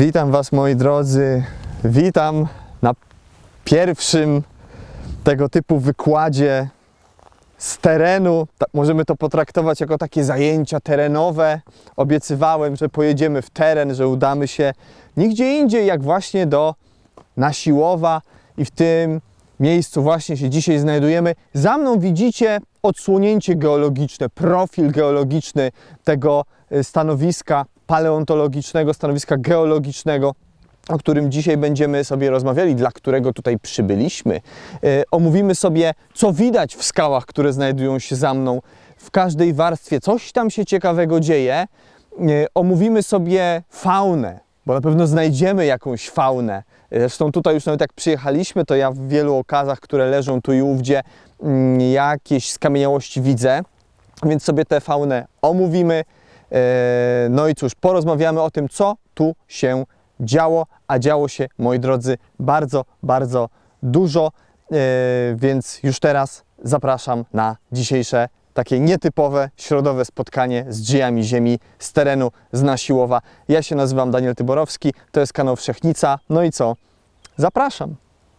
Witam Was, moi drodzy. Witam na pierwszym tego typu wykładzie z terenu. Możemy to potraktować jako takie zajęcia terenowe. Obiecywałem, że pojedziemy w teren, że udamy się nigdzie indziej jak właśnie do Nasiłowa i w tym miejscu właśnie się dzisiaj znajdujemy. Za mną widzicie odsłonięcie geologiczne, profil geologiczny tego stanowiska paleontologicznego, stanowiska geologicznego, o którym dzisiaj będziemy sobie rozmawiali, dla którego tutaj przybyliśmy. Omówimy sobie, co widać w skałach, które znajdują się za mną. W każdej warstwie coś tam się ciekawego dzieje. Omówimy sobie faunę, bo na pewno znajdziemy jakąś faunę. Zresztą tutaj już nawet jak przyjechaliśmy, to ja w wielu okazach, które leżą tu i ówdzie, jakieś skamieniałości widzę, więc sobie tę faunę omówimy. No i cóż, porozmawiamy o tym, co tu się działo, a działo się, moi drodzy, bardzo, bardzo dużo, więc już teraz zapraszam na dzisiejsze takie nietypowe, środowe spotkanie z dziejami ziemi, z terenu, z Nasiłowa. Ja się nazywam Daniel Tyborowski, to jest kanał Wszechnica, no i co? Zapraszam!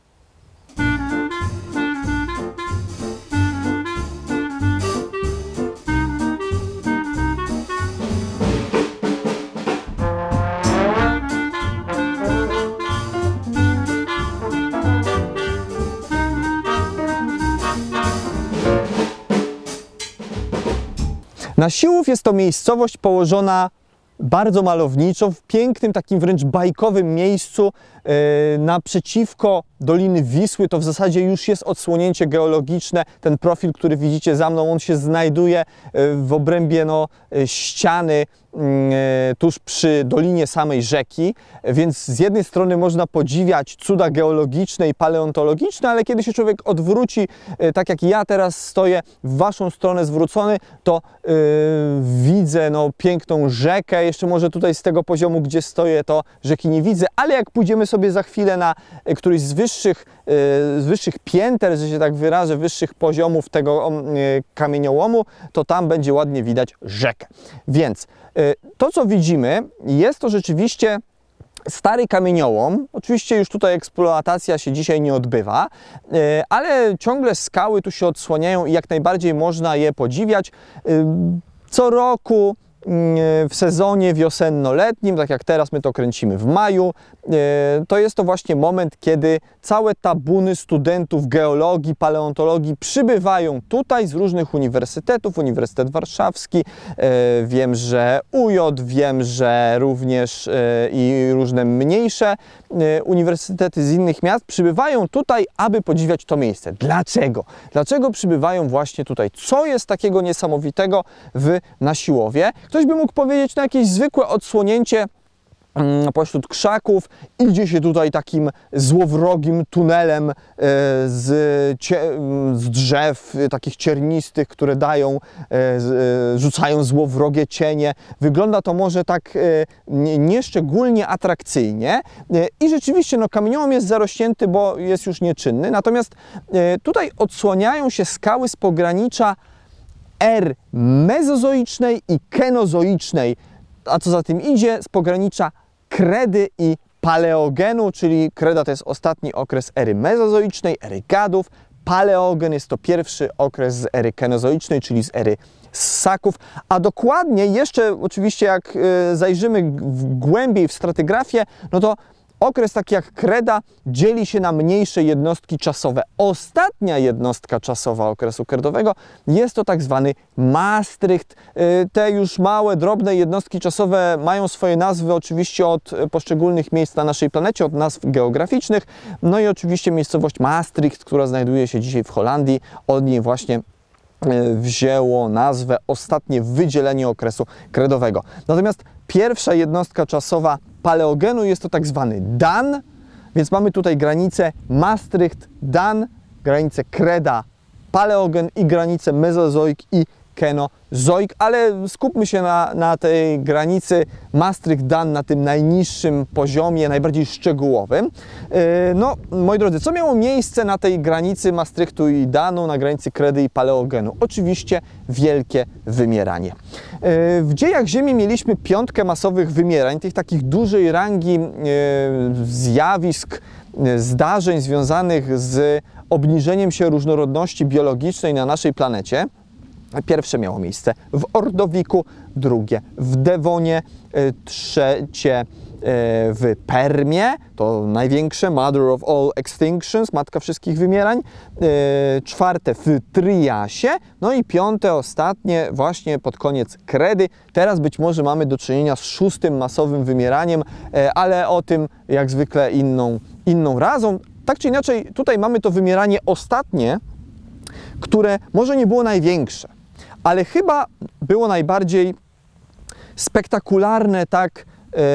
Nasiłów jest to miejscowość położona bardzo malowniczo, w pięknym, takim wręcz bajkowym miejscu naprzeciwko Doliny Wisły. To w zasadzie już jest odsłonięcie geologiczne. Ten profil, który widzicie za mną, on się znajduje w obrębie ściany tuż przy dolinie samej rzeki, więc z jednej strony można podziwiać cuda geologiczne i paleontologiczne, ale kiedy się człowiek odwróci, tak jak ja teraz stoję w Waszą stronę zwrócony, to widzę piękną rzekę. Jeszcze może tutaj z tego poziomu, gdzie stoję, to rzeki nie widzę, ale jak pójdziemy sobie za chwilę na któryś z wyższych pięter, że się tak wyrażę, wyższych poziomów tego kamieniołomu, to tam będzie ładnie widać rzekę. Więc to, co widzimy, jest to rzeczywiście stary kamieniołom. Oczywiście już tutaj eksploatacja się dzisiaj nie odbywa, ale ciągle skały tu się odsłaniają i jak najbardziej można je podziwiać. Co roku w sezonie wiosenno-letnim, tak jak teraz my to kręcimy w maju, to jest to właśnie moment, kiedy całe tabuny studentów geologii, paleontologii przybywają tutaj z różnych uniwersytetów, Uniwersytet Warszawski, wiem, że UJ, wiem, że również i różne mniejsze uniwersytety z innych miast przybywają tutaj, aby podziwiać to miejsce. Dlaczego? Dlaczego przybywają właśnie tutaj? Co jest takiego niesamowitego w Nasiłowie? Ktoś by mógł powiedzieć, jakieś zwykłe odsłonięcie pośród krzaków, idzie się tutaj takim złowrogim tunelem z drzew takich ciernistych, które rzucają złowrogie cienie. Wygląda to może tak nieszczególnie atrakcyjnie i rzeczywiście kamieniołom jest zarośnięty, bo jest już nieczynny. Natomiast tutaj odsłaniają się skały z pogranicza ery mezozoicznej i kenozoicznej, a co za tym idzie, z pogranicza kredy i paleogenu, czyli kreda to jest ostatni okres ery mezozoicznej, ery gadów, paleogen jest to pierwszy okres z ery kenozoicznej, czyli z ery ssaków, a dokładnie jeszcze oczywiście jak zajrzymy głębiej w stratygrafię, no to okres taki jak kreda dzieli się na mniejsze jednostki czasowe. Ostatnia jednostka czasowa okresu kredowego jest to tak zwany Maastricht. Te już małe, drobne jednostki czasowe mają swoje nazwy oczywiście od poszczególnych miejsc na naszej planecie, od nazw geograficznych. No i oczywiście miejscowość Maastricht, która znajduje się dzisiaj w Holandii, od niej właśnie wzięło nazwę ostatnie wydzielenie okresu kredowego. Natomiast pierwsza jednostka czasowa paleogenu jest to tak zwany Dan, więc mamy tutaj granicę Maastricht, Dan, granicę kreda, paleogen i granicę mezozoik i Kenozoik, ale skupmy się na tej granicy Maastricht-Dan, na tym najniższym poziomie, najbardziej szczegółowym. No, moi drodzy, co miało miejsce na tej granicy Maastrichtu i Danu, na granicy kredy i paleogenu? Oczywiście wielkie wymieranie. W dziejach Ziemi mieliśmy piątkę masowych wymierań, tych takich dużej rangi zjawisk, zdarzeń związanych z obniżeniem się różnorodności biologicznej na naszej planecie. Pierwsze miało miejsce w Ordowiku, drugie w Devonie, trzecie w Permie, to największe, Mother of All Extinctions, matka wszystkich wymierań, czwarte w Triasie, no i piąte, ostatnie właśnie pod koniec kredy. Teraz być może mamy do czynienia z szóstym masowym wymieraniem, ale o tym jak zwykle inną razą. Tak czy inaczej, tutaj mamy to wymieranie ostatnie, które może nie było największe, ale chyba było najbardziej spektakularne tak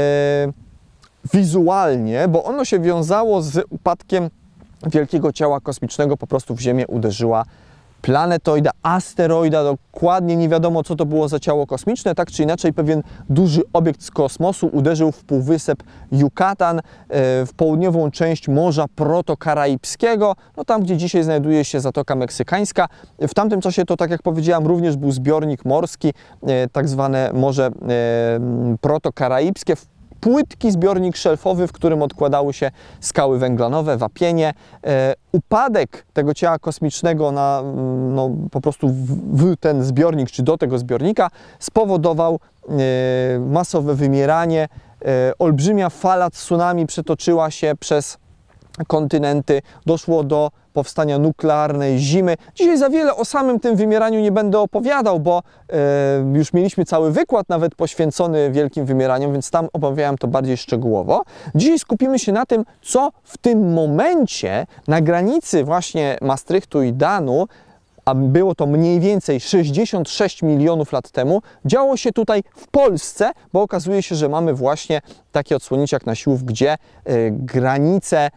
wizualnie, bo ono się wiązało z upadkiem wielkiego ciała kosmicznego. Po prostu w Ziemię uderzyła planetoida, asteroida, dokładnie nie wiadomo, co to było za ciało kosmiczne. Tak czy inaczej, pewien duży obiekt z kosmosu uderzył w półwysep Yucatan, w południową część Morza Protokaraibskiego, no tam, gdzie dzisiaj znajduje się Zatoka Meksykańska. W tamtym czasie to, tak jak powiedziałem, również był zbiornik morski, tak zwane Morze Protokaraibskie, płytki zbiornik szelfowy, w którym odkładały się skały węglanowe, wapienie. Upadek tego ciała kosmicznego po prostu w ten zbiornik, czy do tego zbiornika spowodował masowe wymieranie. Olbrzymia fala tsunami przetoczyła się przez kontynenty, doszło do powstania nuklearnej zimy. Dzisiaj za wiele o samym tym wymieraniu nie będę opowiadał, bo już mieliśmy cały wykład nawet poświęcony wielkim wymieraniom, więc tam omawiałem to bardziej szczegółowo. Dzisiaj skupimy się na tym, co w tym momencie na granicy właśnie Maastrichtu i Danu, a było to mniej więcej 66 milionów lat temu, działo się tutaj w Polsce, bo okazuje się, że mamy właśnie taki odsłonięcie jak Nasiłów, gdzie granicę,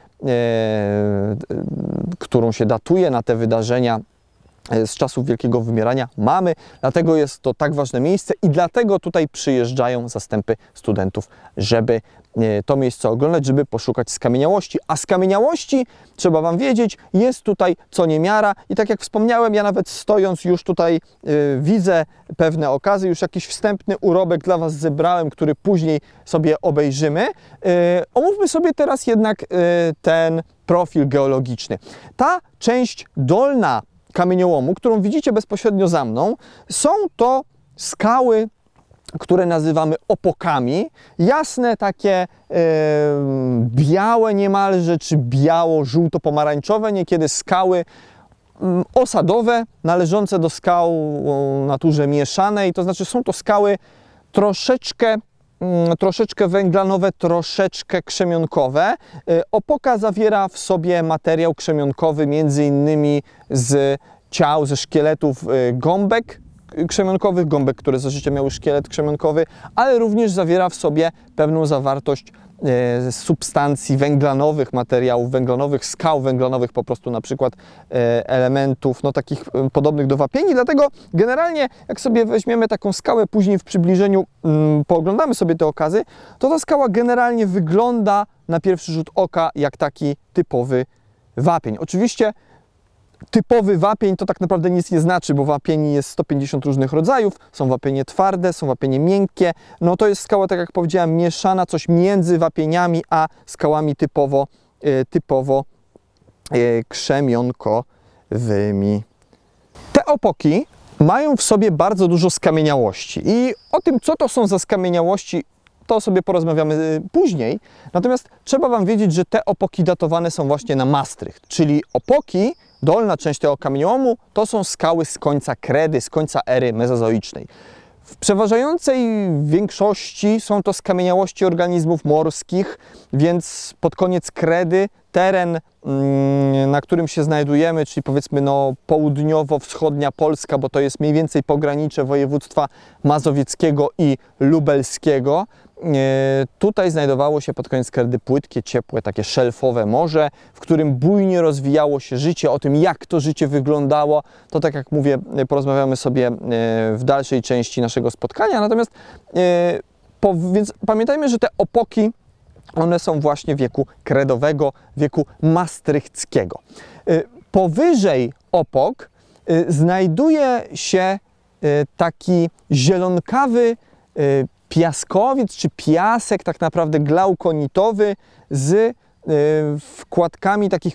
którą się datuje na te wydarzenia z czasów wielkiego wymierania, mamy. Dlatego jest to tak ważne miejsce i dlatego tutaj przyjeżdżają zastępy studentów, żeby to miejsce oglądać, żeby poszukać skamieniałości. A skamieniałości, trzeba Wam wiedzieć, jest tutaj co niemiara i tak jak wspomniałem, ja nawet stojąc już tutaj widzę pewne okazy, już jakiś wstępny urobek dla Was zebrałem, który później sobie obejrzymy. Omówmy sobie teraz jednak ten profil geologiczny. Ta część dolna kamieniołomu, którą widzicie bezpośrednio za mną, są to skały, które nazywamy opokami. Jasne, takie białe niemalże, czy biało-żółto-pomarańczowe, niekiedy skały osadowe, należące do skał o naturze mieszanej. To znaczy są to skały troszeczkę węglanowe, troszeczkę krzemionkowe. Opoka zawiera w sobie materiał krzemionkowy, między innymi z ciał, ze szkieletów gąbek krzemionkowych, gąbek, które za życia miały szkielet krzemionkowy, ale również zawiera w sobie pewną zawartość substancji węglanowych, materiałów węglanowych, skał węglanowych, po prostu na przykład elementów takich podobnych do wapieni. Dlatego generalnie jak sobie weźmiemy taką skałę, później w przybliżeniu pooglądamy sobie te okazy, to ta skała generalnie wygląda na pierwszy rzut oka jak taki typowy wapień. Oczywiście typowy wapień to tak naprawdę nic nie znaczy, bo wapieni jest 150 różnych rodzajów, są wapienie twarde, są wapienie miękkie. No to jest skała, tak jak powiedziałem, mieszana, coś między wapieniami a skałami typowo krzemionkowymi. Te opoki mają w sobie bardzo dużo skamieniałości i o tym, co to są za skamieniałości, to sobie porozmawiamy później. Natomiast trzeba Wam wiedzieć, że te opoki datowane są właśnie na Maastricht, czyli opoki, dolna część tego kamieniołomu, to są skały z końca kredy, z końca ery mezozoicznej. W przeważającej większości są to skamieniałości organizmów morskich, więc pod koniec kredy teren, na którym się znajdujemy, czyli powiedzmy południowo-wschodnia Polska, bo to jest mniej więcej pogranicze województwa mazowieckiego i lubelskiego, tutaj znajdowało się pod koniec kredy płytkie, ciepłe, takie szelfowe morze, w którym bujnie rozwijało się życie. O tym, jak to życie wyglądało, to tak jak mówię, porozmawiamy sobie w dalszej części naszego spotkania. Natomiast więc pamiętajmy, że te opoki, one są właśnie wieku kredowego, wieku maastrichckiego. Powyżej opok znajduje się taki zielonkawy piaskowiec czy piasek, tak naprawdę glaukonitowy, z wkładkami takich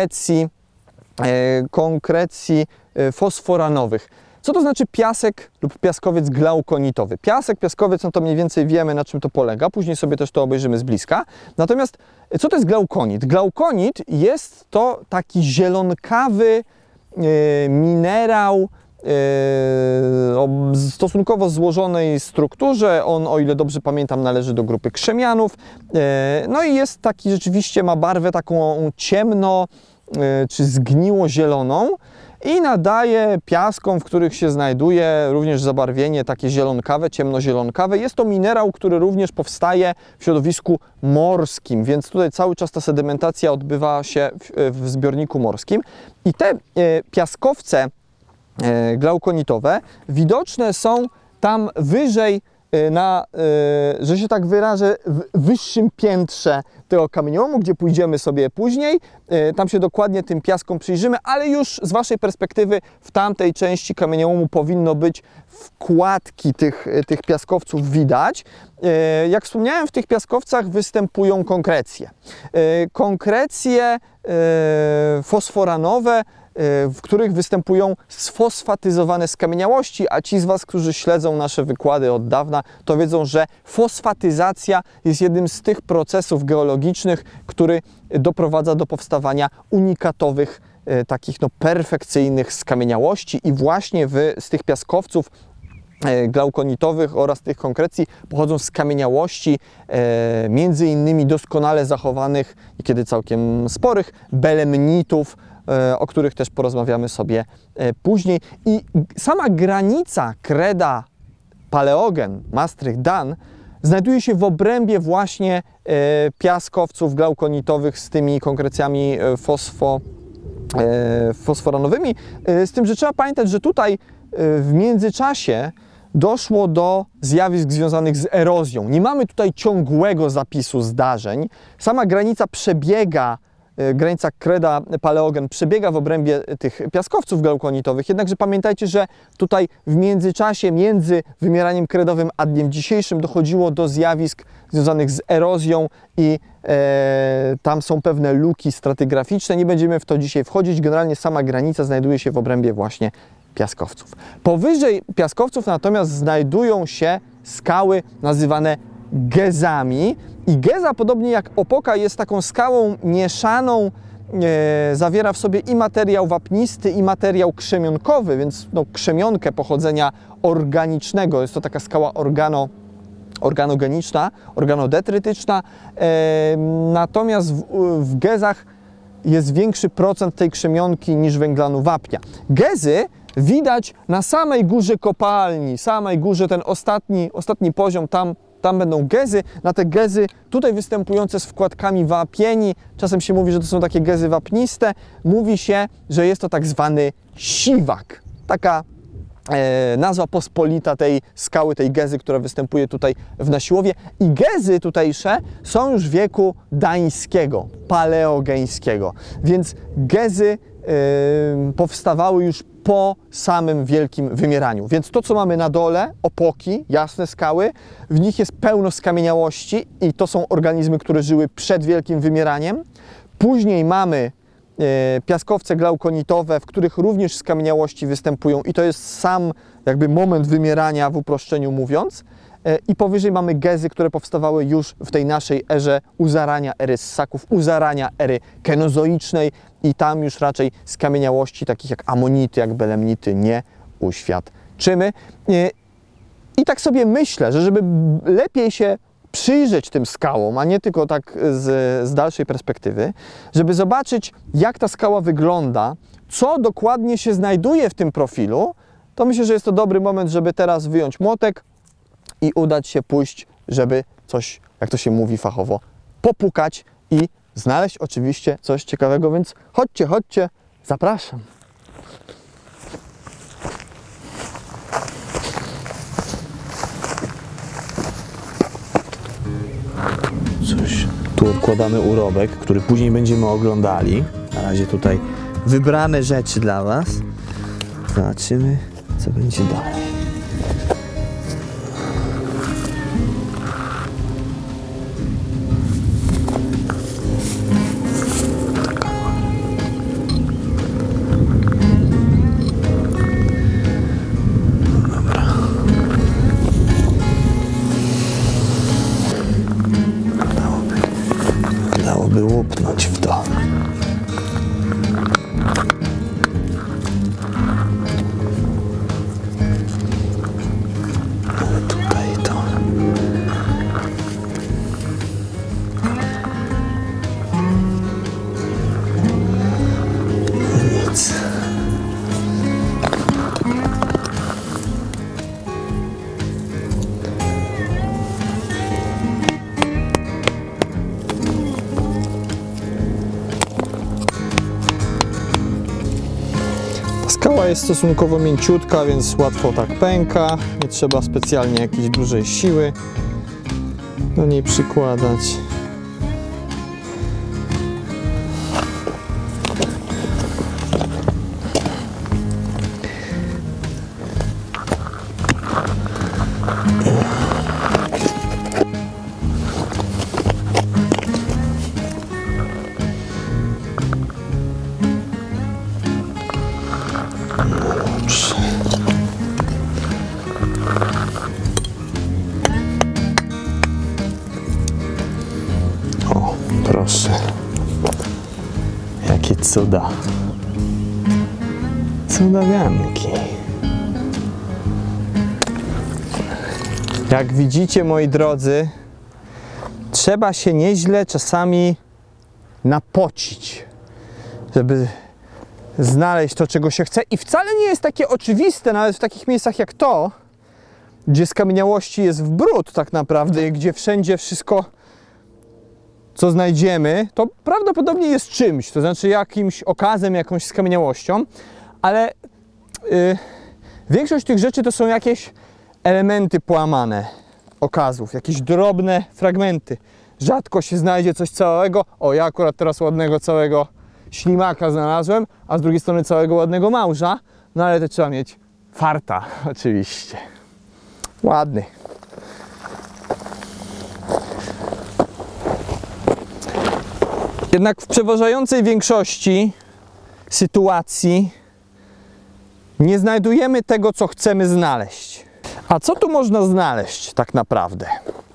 konkrecji fosforanowych. Co to znaczy piasek lub piaskowiec glaukonitowy? Piasek, piaskowiec, no to mniej więcej wiemy, na czym to polega. Później sobie też to obejrzymy z bliska. Natomiast co to jest glaukonit? Glaukonit jest to taki zielonkawy minerał o stosunkowo złożonej strukturze. On, o ile dobrze pamiętam, należy do grupy krzemianów. No i jest taki, rzeczywiście ma barwę taką ciemno czy zgniło-zieloną i nadaje piaskom, w których się znajduje, również zabarwienie takie zielonkawe, ciemnozielonkawe. Jest to minerał, który również powstaje w środowisku morskim, więc tutaj cały czas ta sedymentacja odbywa się w zbiorniku morskim. I te piaskowce glaukonitowe widoczne są tam wyżej że się tak wyrażę, w wyższym piętrze tego kamieniołomu, gdzie pójdziemy sobie później. Tam się dokładnie tym piaskom przyjrzymy, ale już z Waszej perspektywy w tamtej części kamieniołomu powinno być wkładki tych piaskowców widać. Jak wspomniałem, w tych piaskowcach występują konkrecje. Konkrecje fosforanowe, w których występują sfosfatyzowane skamieniałości, a ci z Was, którzy śledzą nasze wykłady od dawna, to wiedzą, że fosfatyzacja jest jednym z tych procesów geologicznych, który doprowadza do powstawania unikatowych, takich perfekcyjnych skamieniałości i właśnie z tych piaskowców glaukonitowych oraz tych konkrecji pochodzą skamieniałości, między innymi doskonale zachowanych i kiedy całkiem sporych belemnitów, o których też porozmawiamy sobie później. I sama granica kreda paleogen Maastricht-Dan znajduje się w obrębie właśnie piaskowców glaukonitowych z tymi konkrecjami fosforanowymi. Z tym, że trzeba pamiętać, że tutaj w międzyczasie doszło do zjawisk związanych z erozją. Nie mamy tutaj ciągłego zapisu zdarzeń. Sama granica granica kreda paleogen przebiega w obrębie tych piaskowców glaukonitowych, jednakże pamiętajcie, że tutaj w międzyczasie między wymieraniem kredowym a dniem dzisiejszym dochodziło do zjawisk związanych z erozją i tam są pewne luki stratygraficzne. Nie będziemy w to dzisiaj wchodzić. Generalnie sama granica znajduje się w obrębie właśnie piaskowców. Powyżej piaskowców natomiast znajdują się skały nazywane gezami. I geza, podobnie jak opoka, jest taką skałą mieszaną, zawiera w sobie i materiał wapnisty, i materiał krzemionkowy, więc krzemionkę pochodzenia organicznego. Jest to taka skała organogeniczna, organodetrytyczna. Natomiast w gezach jest większy procent tej krzemionki niż węglanu wapnia. Gezy widać na samej górze kopalni, samej górze, ten ostatni poziom, tam będą gezy. Na te gezy tutaj występujące z wkładkami wapieni, czasem się mówi, że to są takie gezy wapniste, mówi się, że jest to tak zwany siwak. Taka nazwa pospolita tej skały, tej gezy, która występuje tutaj w Nasiłowie. I gezy tutejsze są już wieku dańskiego, paleogeńskiego, więc gezy powstawały już po samym wielkim wymieraniu. Więc to, co mamy na dole, opoki, jasne skały, w nich jest pełno skamieniałości i to są organizmy, które żyły przed wielkim wymieraniem. Później mamy piaskowce glaukonitowe, w których również skamieniałości występują i to jest sam jakby moment wymierania, w uproszczeniu mówiąc. I powyżej mamy gezy, które powstawały już w tej naszej erze u zarania ery ssaków, u zarania ery kenozoicznej i tam już raczej skamieniałości takich jak amonity, jak belemnity nie uświadczymy. I tak sobie myślę, że żeby lepiej się przyjrzeć tym skałom, a nie tylko tak z dalszej perspektywy, żeby zobaczyć, jak ta skała wygląda, co dokładnie się znajduje w tym profilu, to myślę, że jest to dobry moment, żeby teraz wyjąć młotek i udać się pójść, żeby coś, jak to się mówi fachowo, popukać i znaleźć oczywiście coś ciekawego, więc chodźcie, chodźcie, zapraszam. Coś, tu odkładamy urobek, który później będziemy oglądali. Na razie tutaj wybrane rzeczy dla Was. Zobaczymy, co będzie dalej. Dałoby łupnąć w to. Ale tutaj to... Nic. Skała jest stosunkowo mięciutka, więc łatwo tak pęka. Nie trzeba specjalnie jakiejś dużej siły do niej przykładać. O, proszę. Jakie cuda. Cudawianki. Jak widzicie, moi drodzy, trzeba się nieźle czasami napocić, żeby znaleźć to, czego się chce. I wcale nie jest takie oczywiste, nawet w takich miejscach jak to, gdzie skamieniałości jest w bród tak naprawdę, gdzie wszędzie wszystko, co znajdziemy, to prawdopodobnie jest czymś, to znaczy jakimś okazem, jakąś skamieniałością, ale większość tych rzeczy to są jakieś elementy połamane okazów, jakieś drobne fragmenty. Rzadko się znajdzie coś całego. O, ja akurat teraz ładnego całego ślimaka znalazłem, a z drugiej strony całego ładnego małża, no ale to trzeba mieć farta oczywiście. Ładny. Jednak w przeważającej większości sytuacji nie znajdujemy tego, co chcemy znaleźć. A co tu można znaleźć tak naprawdę?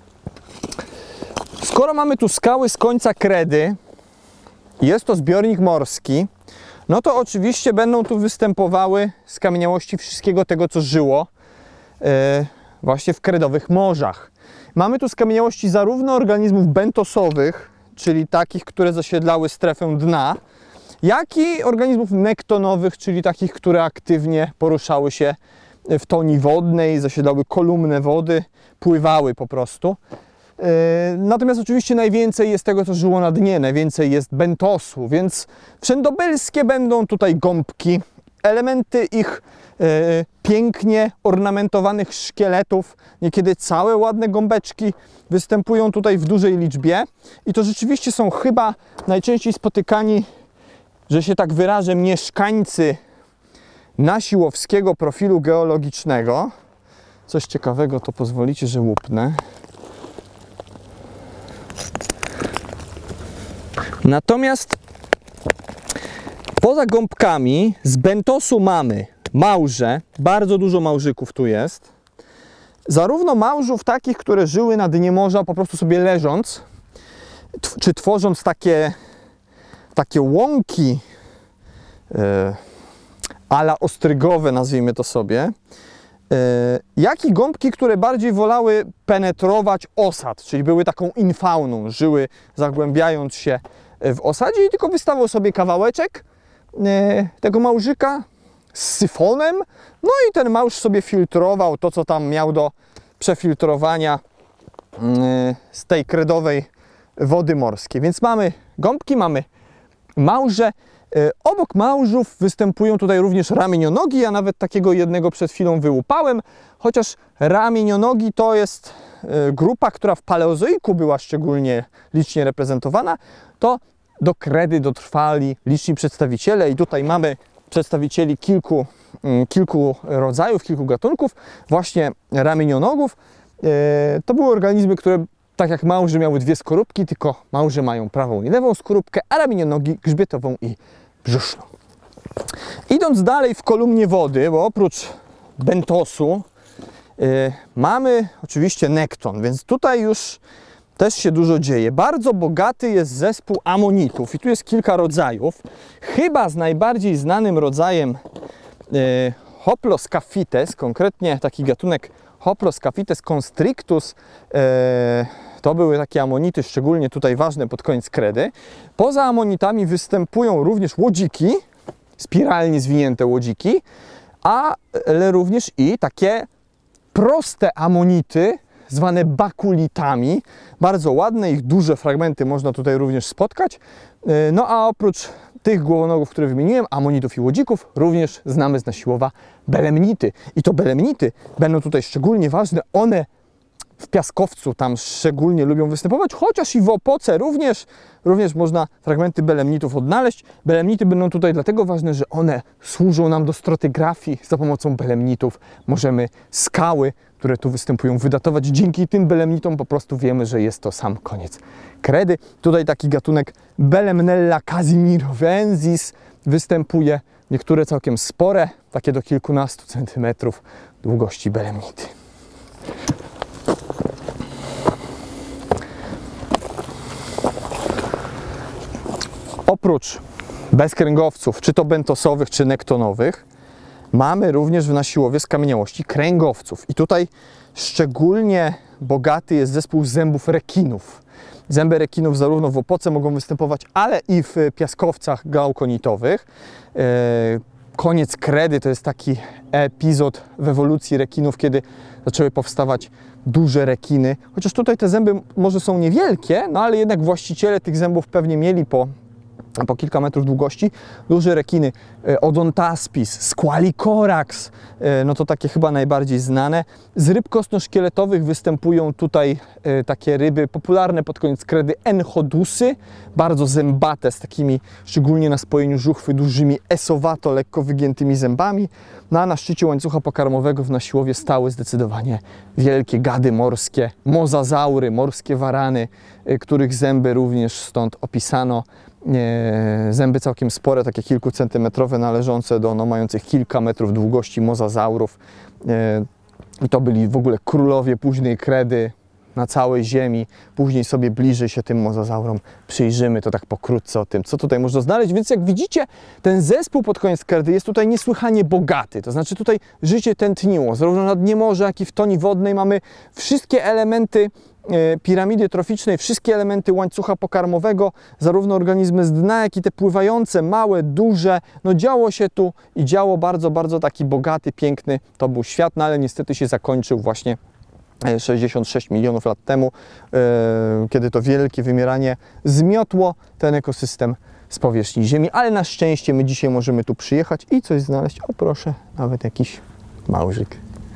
Skoro mamy tu skały z końca kredy, jest to zbiornik morski, no to oczywiście będą tu występowały skamieniałości wszystkiego tego, co żyło właśnie w kredowych morzach. Mamy tu skamieniałości zarówno organizmów bentosowych, czyli takich, które zasiedlały strefę dna, jak i organizmów nektonowych, czyli takich, które aktywnie poruszały się w toni wodnej, zasiedlały kolumnę wody, pływały po prostu. Natomiast oczywiście najwięcej jest tego, co żyło na dnie, najwięcej jest bentosu, więc wszędobylskie będą tutaj gąbki, elementy ich pięknie ornamentowanych szkieletów, niekiedy całe ładne gąbeczki występują tutaj w dużej liczbie i to rzeczywiście są chyba najczęściej spotykani, że się tak wyrażę, mieszkańcy nasiłowskiego profilu geologicznego. Coś ciekawego, to pozwolicie, że łupnę. Natomiast poza gąbkami z bentosu mamy małże, bardzo dużo małżyków tu jest. Zarówno małżów takich, które żyły na dnie morza po prostu sobie leżąc, czy tworząc takie łąki ala ostrygowe, nazwijmy to sobie, jak i gąbki, które bardziej wolały penetrować osad, czyli były taką infauną, żyły zagłębiając się w osadzie i tylko wystawał sobie kawałeczek tego małżyka z syfonem, no i ten małż sobie filtrował to, co tam miał do przefiltrowania z tej kredowej wody morskiej. Więc mamy gąbki, mamy małże. Obok małżów występują tutaj również ramienionogi. Ja nawet takiego jednego przed chwilą wyłupałem, chociaż ramienionogi to jest grupa, która w paleozoiku była szczególnie licznie reprezentowana, to do kredy dotrwali liczni przedstawiciele i tutaj mamy przedstawicieli kilku rodzajów, kilku gatunków właśnie ramienionogów. To były organizmy, które tak jak małże miały dwie skorupki, tylko małże mają prawą i lewą skorupkę, a ramienionogi grzbietową i brzuszną. Idąc dalej w kolumnie wody, bo oprócz bentosu mamy oczywiście nekton, więc tutaj już też się dużo dzieje. Bardzo bogaty jest zespół amonitów i tu jest kilka rodzajów. Chyba z najbardziej znanym rodzajem Hoploscaphites, konkretnie taki gatunek Hoploscaphites constrictus, to były takie amonity szczególnie tutaj ważne pod koniec kredy. Poza amonitami występują również łodziki, spiralnie zwinięte łodziki, ale również i takie proste amonity, zwane bakulitami. Bardzo ładne, ich duże fragmenty można tutaj również spotkać. No a oprócz tych głowonogów, które wymieniłem, amonitów i łodzików, również znamy z Nasiłowa belemnity. I to belemnity będą tutaj szczególnie ważne. One w piaskowcu tam szczególnie lubią występować, chociaż i w opoce również można fragmenty belemnitów odnaleźć. Belemnity będą tutaj dlatego ważne, że one służą nam do strotygrafii. Za pomocą belemnitów możemy skały, które tu występują, wydatować. Dzięki tym belemnitom po prostu wiemy, że jest to sam koniec kredy. Tutaj taki gatunek Belemnella casimirovensis występuje. Niektóre całkiem spore, takie do kilkunastu centymetrów długości belemnity. Oprócz bezkręgowców, czy to bentosowych, czy nektonowych, mamy również w Nasiłowie skamieniałości kręgowców. I tutaj szczególnie bogaty jest zespół zębów rekinów. Zęby rekinów zarówno w opoce mogą występować, ale i w piaskowcach glaukonitowych. Koniec kredy to jest taki epizod w ewolucji rekinów, kiedy zaczęły powstawać duże rekiny. Chociaż tutaj te zęby może są niewielkie, no ale jednak właściciele tych zębów pewnie mieli po kilka metrów długości. Duże rekiny, Odontaspis, Squalicorax, no to takie chyba najbardziej znane. Z ryb kostno-szkieletowych występują tutaj takie ryby popularne pod koniec kredy, enchodusy, bardzo zębate, z takimi szczególnie na spojeniu żuchwy dużymi esowato, lekko wygiętymi zębami. No a na szczycie łańcucha pokarmowego w Nasiłowie stały zdecydowanie wielkie gady morskie, mozazaury, morskie warany, których zęby również stąd opisano. Zęby całkiem spore, takie kilkucentymetrowe, należące do mających kilka metrów długości mozazaurów. I to byli w ogóle królowie późnej kredy na całej ziemi. Później sobie bliżej się tym mozazaurom przyjrzymy, to tak pokrótce o tym, co tutaj można znaleźć. Więc jak widzicie, ten zespół pod koniec kredy jest tutaj niesłychanie bogaty. To znaczy tutaj życie tętniło. Zarówno na dnie morza, jak i w toni wodnej mamy wszystkie elementy piramidy troficznej, wszystkie elementy łańcucha pokarmowego, zarówno organizmy z dna, jak i te pływające, małe, duże. No działo się tu i działo bardzo, bardzo taki bogaty, piękny to był świat, no ale niestety się zakończył właśnie 66 milionów lat temu, kiedy to wielkie wymieranie zmiotło ten ekosystem z powierzchni Ziemi, ale na szczęście my dzisiaj możemy tu przyjechać i coś znaleźć. O proszę, nawet jakiś małżyk.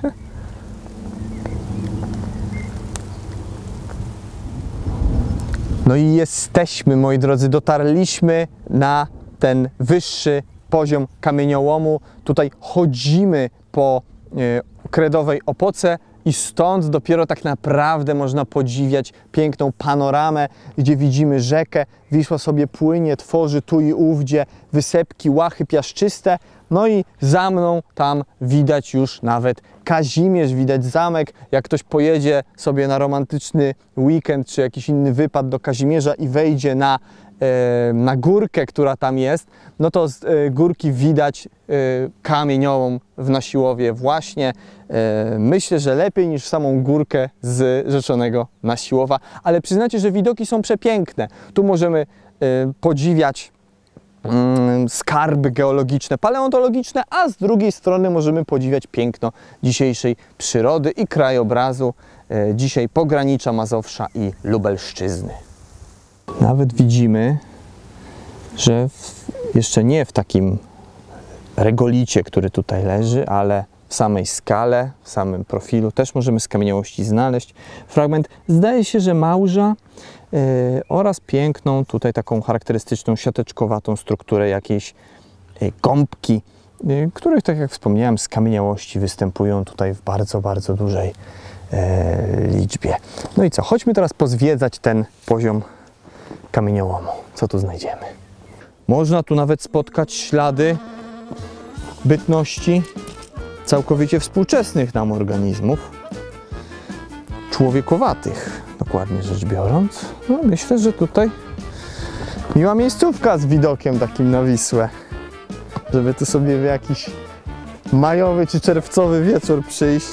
No i jesteśmy, moi drodzy, dotarliśmy na ten wyższy poziom kamieniołomu. Tutaj chodzimy po kredowej opoce i stąd dopiero tak naprawdę można podziwiać piękną panoramę, gdzie widzimy rzekę. Wisła sobie płynie, tworzy tu i ówdzie wysepki, łachy piaszczyste. No i za mną tam widać już nawet Kazimierz, widać zamek. Jak ktoś pojedzie sobie na romantyczny weekend czy jakiś inny wypad do Kazimierza i wejdzie na górkę, która tam jest, no to z górki widać kamieniołom w Nasiłowie właśnie. Myślę, że lepiej niż samą górkę z rzeczonego Nasiłowa, ale przyznacie, że widoki są przepiękne. Tu możemy podziwiać skarby geologiczne, paleontologiczne, a z drugiej strony możemy podziwiać piękno dzisiejszej przyrody i krajobrazu, dzisiaj pogranicza Mazowsza i Lubelszczyzny. Nawet widzimy, że jeszcze nie w takim regolicie, który tutaj leży, ale w samej skale, w samym profilu też możemy skamieniałości znaleźć fragment, zdaje się, że małża oraz piękną, tutaj taką charakterystyczną siateczkowatą strukturę jakiejś gąbki, których, tak jak wspomniałem, skamieniałości występują tutaj w bardzo, bardzo dużej liczbie. No i co, chodźmy teraz pozwiedzać ten poziom kamieniołomu. Co tu znajdziemy? Można tu nawet spotkać ślady bytności całkowicie współczesnych nam organizmów, człowiekowatych, dokładnie rzecz biorąc. No, myślę, że tutaj miła miejscówka z widokiem takim na Wisłę, żeby tu sobie w jakiś majowy czy czerwcowy wieczór przyjść.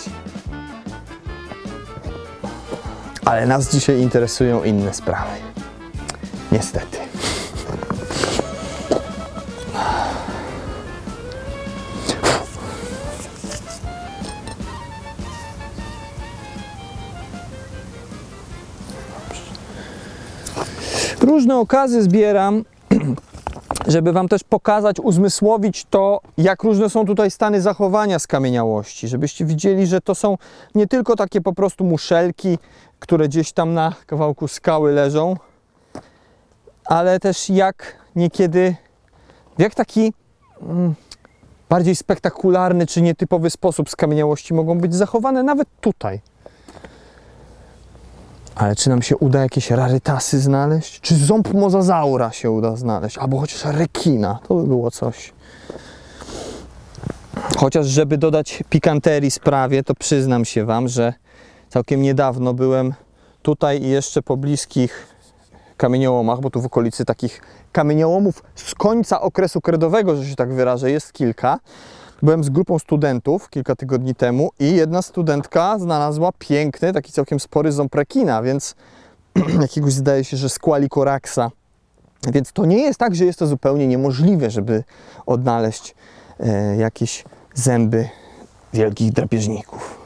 Ale nas dzisiaj interesują inne sprawy. Niestety. Różne okazy zbieram, żeby Wam też pokazać, uzmysłowić to, jak różne są tutaj stany zachowania skamieniałości, żebyście widzieli, że to są nie tylko takie po prostu muszelki, które gdzieś tam na kawałku skały leżą, ale też jak niekiedy, w jak taki bardziej spektakularny czy nietypowy sposób skamieniałości mogą być zachowane nawet tutaj. Ale czy nam się uda jakieś rarytasy znaleźć? Czy ząb mozazaura się uda znaleźć? Albo chociaż rekina, to by było coś. Chociaż żeby dodać pikanterii sprawie, to przyznam się Wam, że całkiem niedawno byłem tutaj i jeszcze po bliskich kamieniołomach, bo tu w okolicy takich kamieniołomów z końca okresu kredowego, że się tak wyrażę, jest kilka. Byłem z grupą studentów kilka tygodni temu i jedna studentka znalazła piękny, taki całkiem spory ząb rekina, więc jakiegoś, zdaje się, że Squalicoraxa. Więc to nie jest tak, że jest to zupełnie niemożliwe, żeby odnaleźć jakieś zęby wielkich drapieżników.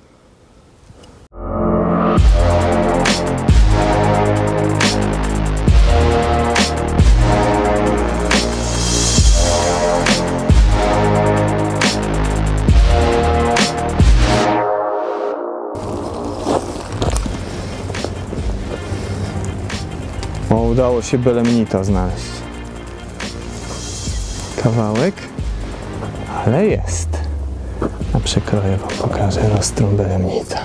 O, udało się belemnita znaleźć. Kawałek, ale jest. A przekroję Wam, pokażę rostrą belemnita.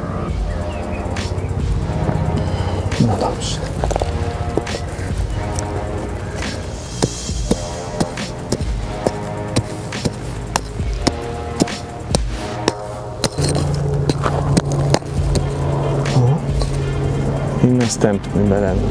No dobrze. O. I następny belemnit.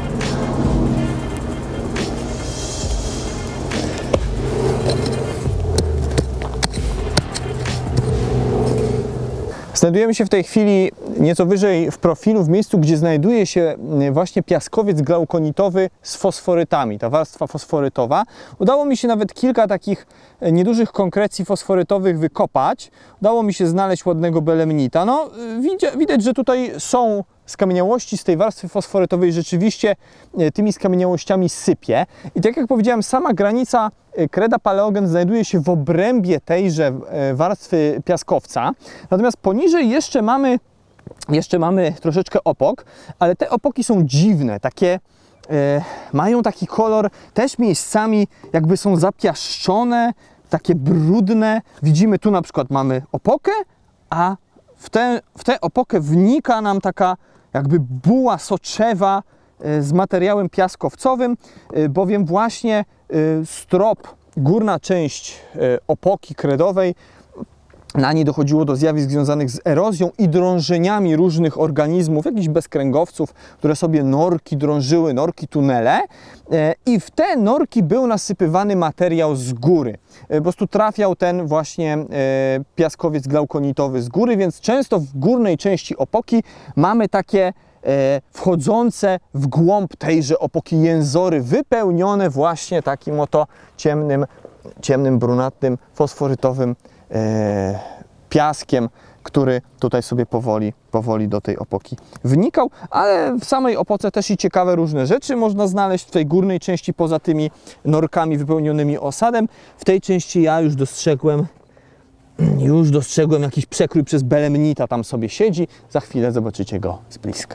Znajdujemy się w tej chwili nieco wyżej w profilu, w miejscu, gdzie znajduje się właśnie piaskowiec glaukonitowy z fosforytami, ta warstwa fosforytowa. Udało mi się nawet kilka takich niedużych konkrecji fosforytowych wykopać. Udało mi się znaleźć ładnego belemnita. No, widać, że tutaj są skamieniałości z tej warstwy fosforytowej, rzeczywiście tymi skamieniałościami sypie. I tak jak powiedziałem, sama granica kreda paleogen znajduje się w obrębie tejże warstwy piaskowca. Natomiast poniżej jeszcze mamy troszeczkę opok, ale te opoki są dziwne, takie mają taki kolor, też miejscami jakby są zapiaszczone, takie brudne. Widzimy, tu na przykład mamy opokę, a w tę opokę wnika nam taka jakby buła soczewa z materiałem piaskowcowym, bowiem właśnie strop, górna część opoki kredowej, na niej dochodziło do zjawisk związanych z erozją i drążeniami różnych organizmów, jakichś bezkręgowców, które sobie norki drążyły, norki tunele, i w te norki był nasypywany materiał z góry. Po prostu trafiał ten właśnie piaskowiec glaukonitowy z góry, więc często w górnej części opoki mamy takie wchodzące w głąb tejże opoki jęzory, wypełnione właśnie takim oto ciemnym brunatnym, fosforytowym piaskiem, który tutaj sobie powoli do tej opoki wnikał, ale w samej opoce też i ciekawe różne rzeczy można znaleźć w tej górnej części, poza tymi norkami wypełnionymi osadem. W tej części ja już dostrzegłem jakiś przekrój przez belemnita, tam sobie siedzi. Za chwilę zobaczycie go z bliska.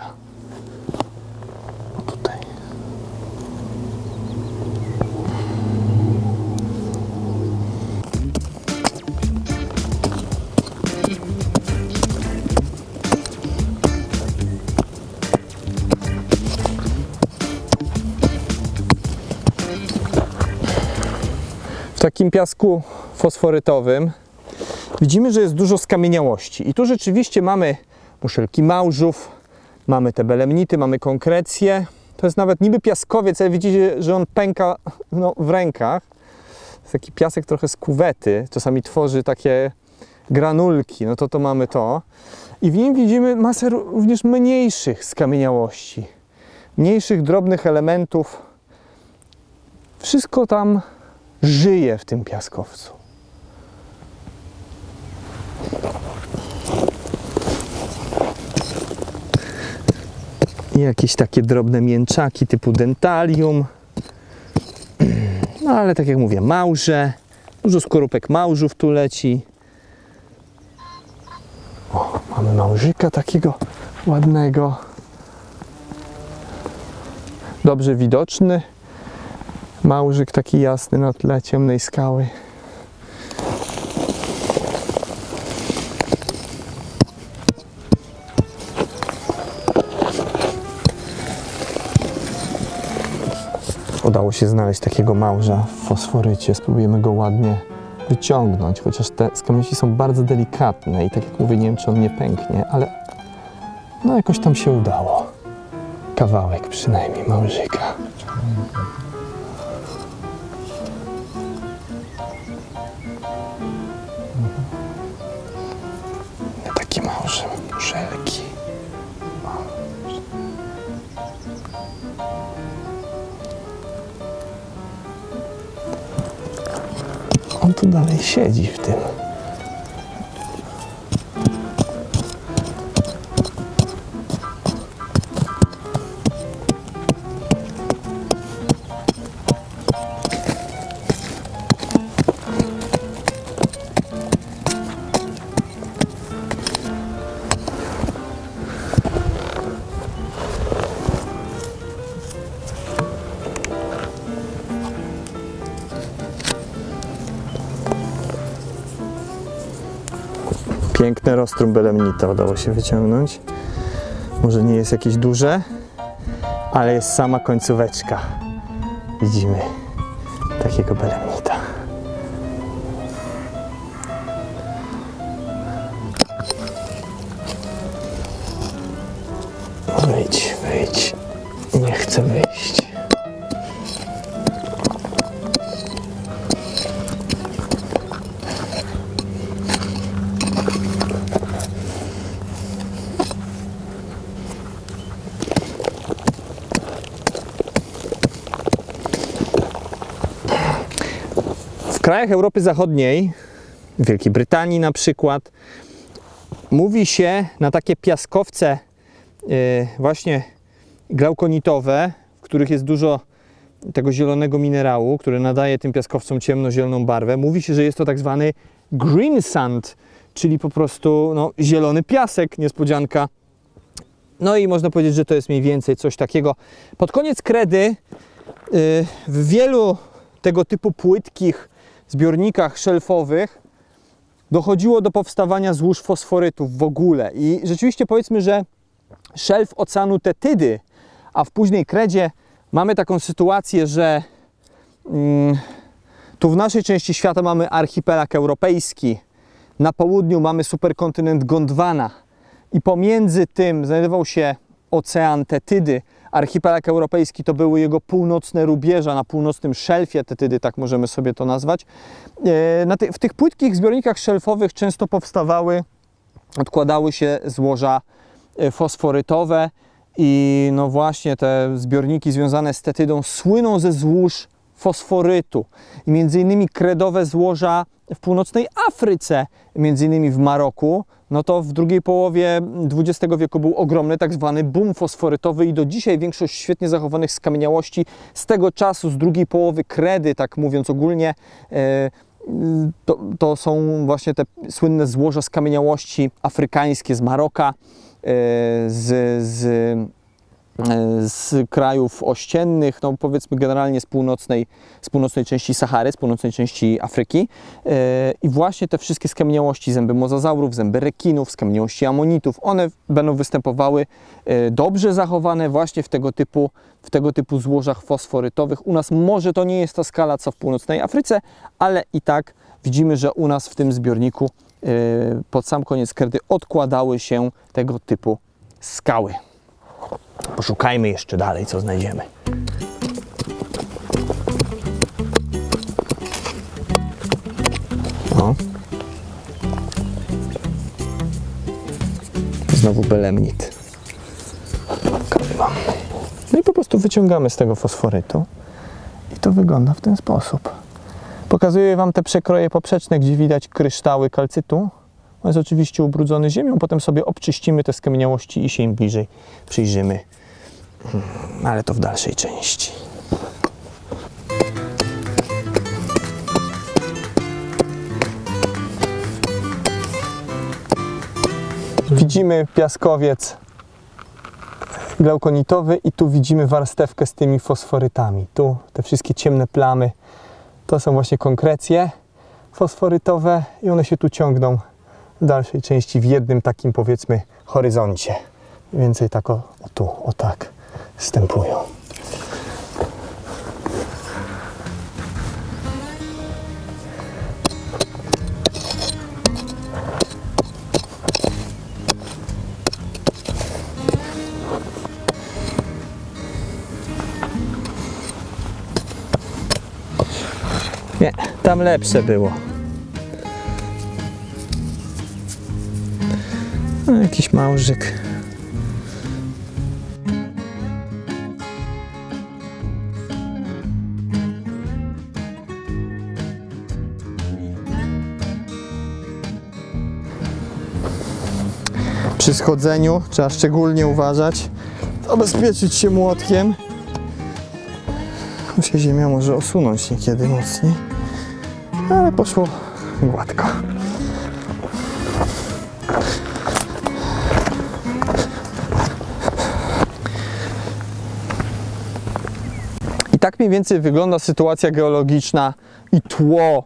O, tutaj. W takim piasku fosforytowym widzimy, że jest dużo skamieniałości. I tu rzeczywiście mamy muszelki małżów, mamy te belemnity, mamy konkrecję. To jest nawet niby piaskowiec, ale widzicie, że on pęka w rękach. To jest taki piasek trochę z kuwety. Czasami tworzy takie granulki. No to mamy to. I w nim widzimy masę również mniejszych skamieniałości. Mniejszych, drobnych elementów. Wszystko tam żyje w tym piaskowcu. I jakieś takie drobne mięczaki typu dentalium. No ale tak jak mówię, małże. Dużo skorupek małżów tu leci. O, mamy małżyka takiego ładnego. Dobrze widoczny. Małżyk taki jasny na tle ciemnej skały. Udało się znaleźć takiego małża w fosforycie. Spróbujemy go ładnie wyciągnąć, chociaż te skamieniści są bardzo delikatne i tak jak mówię, nie wiem, czy on nie pęknie, ale no jakoś tam się udało. Kawałek przynajmniej małżyka. Takie małże muszelki. On tu dalej siedzi w tym. Piękne rostrum belemnita udało się wyciągnąć. Może nie jest jakieś duże, ale jest sama końcóweczka. Widzimy takiego belemnita. Wyjdź, wyjdź. Nie chcę wyjść. W krajach Europy Zachodniej, w Wielkiej Brytanii na przykład, mówi się na takie piaskowce właśnie glaukonitowe, w których jest dużo tego zielonego minerału, który nadaje tym piaskowcom ciemnozieloną barwę. Mówi się, że jest to tak zwany green sand, czyli po prostu zielony piasek, niespodzianka. No i można powiedzieć, że to jest mniej więcej coś takiego. Pod koniec kredy w wielu tego typu płytkich zbiornikach szelfowych dochodziło do powstawania złóż fosforytów w ogóle. I rzeczywiście powiedzmy, że szelf oceanu Tetydy, a w późnej kredzie mamy taką sytuację, że tu w naszej części świata mamy archipelag europejski, na południu mamy superkontynent Gondwana i pomiędzy tym znajdował się ocean Tetydy. Archipelag europejski to były jego północne rubieża na północnym szelfie Tetydy, tak możemy sobie to nazwać. W tych płytkich zbiornikach szelfowych często odkładały się złoża fosforytowe i no właśnie te zbiorniki związane z tetydą słyną ze złóż fosforytu. I między innymi kredowe złoża w północnej Afryce, między innymi w Maroku, no to w drugiej połowie XX wieku był ogromny tak zwany boom fosforytowy i do dzisiaj większość świetnie zachowanych skamieniałości z tego czasu, z drugiej połowy kredy, tak mówiąc ogólnie, to są właśnie te słynne złoża skamieniałości afrykańskie z Maroka, z krajów ościennych, no powiedzmy generalnie z północnej części Sahary, z północnej części Afryki. I właśnie te wszystkie skamieniałości, zęby mozazaurów, zęby rekinów, skamieniałości amonitów, one będą występowały dobrze zachowane właśnie w tego typu złożach fosforytowych. U nas może to nie jest ta skala co w północnej Afryce, ale i tak widzimy, że u nas w tym zbiorniku pod sam koniec kredy odkładały się tego typu skały. Poszukajmy jeszcze dalej, co znajdziemy. O. Znowu belemnit. No i po prostu wyciągamy z tego fosforytu i to wygląda w ten sposób. Pokazuję Wam te przekroje poprzeczne, gdzie widać kryształy kalcytu. On jest oczywiście ubrudzony ziemią, potem sobie obczyścimy te skamieniałości i się im bliżej przyjrzymy. Ale to w dalszej części. Widzimy piaskowiec glaukonitowy i tu widzimy warstewkę z tymi fosforytami. Tu te wszystkie ciemne plamy to są właśnie konkrecje fosforytowe i one się tu ciągną w dalszej części w jednym takim, powiedzmy, horyzoncie. Mniej więcej tak o tu, o tak wstępują. Nie, tam lepsze było. No, jakiś małżyk. Przy schodzeniu trzeba szczególnie uważać, zabezpieczyć się młotkiem. Się ziemia może osunąć niekiedy mocniej, ale poszło gładko. I tak mniej więcej wygląda sytuacja geologiczna i tło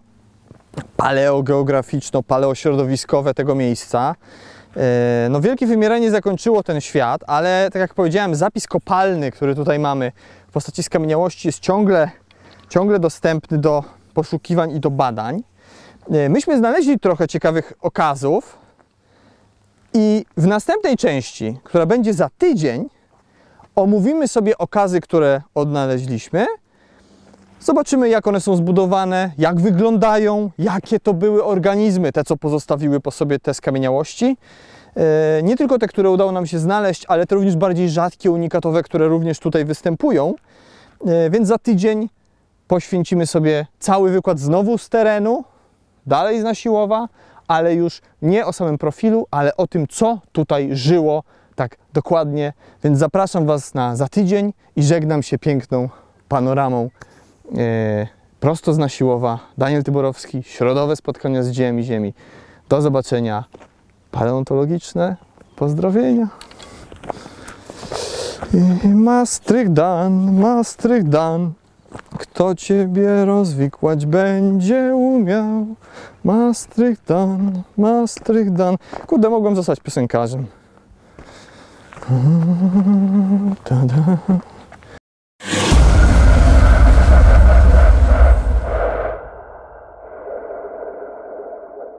paleogeograficzno-paleośrodowiskowe tego miejsca. No, wielkie wymieranie zakończyło ten świat, ale tak jak powiedziałem, zapis kopalny, który tutaj mamy w postaci skamieniałości jest ciągle dostępny do poszukiwań i do badań. Myśmy znaleźli trochę ciekawych okazów i w następnej części, która będzie za tydzień, omówimy sobie okazy, które odnaleźliśmy. Zobaczymy, jak one są zbudowane, jak wyglądają, jakie to były organizmy, te, co pozostawiły po sobie te skamieniałości. Nie tylko te, które udało nam się znaleźć, ale te również bardziej rzadkie, unikatowe, które również tutaj występują. Więc za tydzień poświęcimy sobie cały wykład znowu z terenu, dalej z Nasiłowa, ale już nie o samym profilu, ale o tym, co tutaj żyło tak dokładnie. Więc zapraszam Was na za tydzień i żegnam się piękną panoramą prosto z Nasiłowa. Daniel Tyborowski, środowe spotkania z dziełem i ziemi. Do zobaczenia. Paleontologiczne pozdrowienia. I Maastricht dan, kto Ciebie rozwikłać będzie umiał. Maastricht dan. Kurde, mogłem zostać piosenkarzem.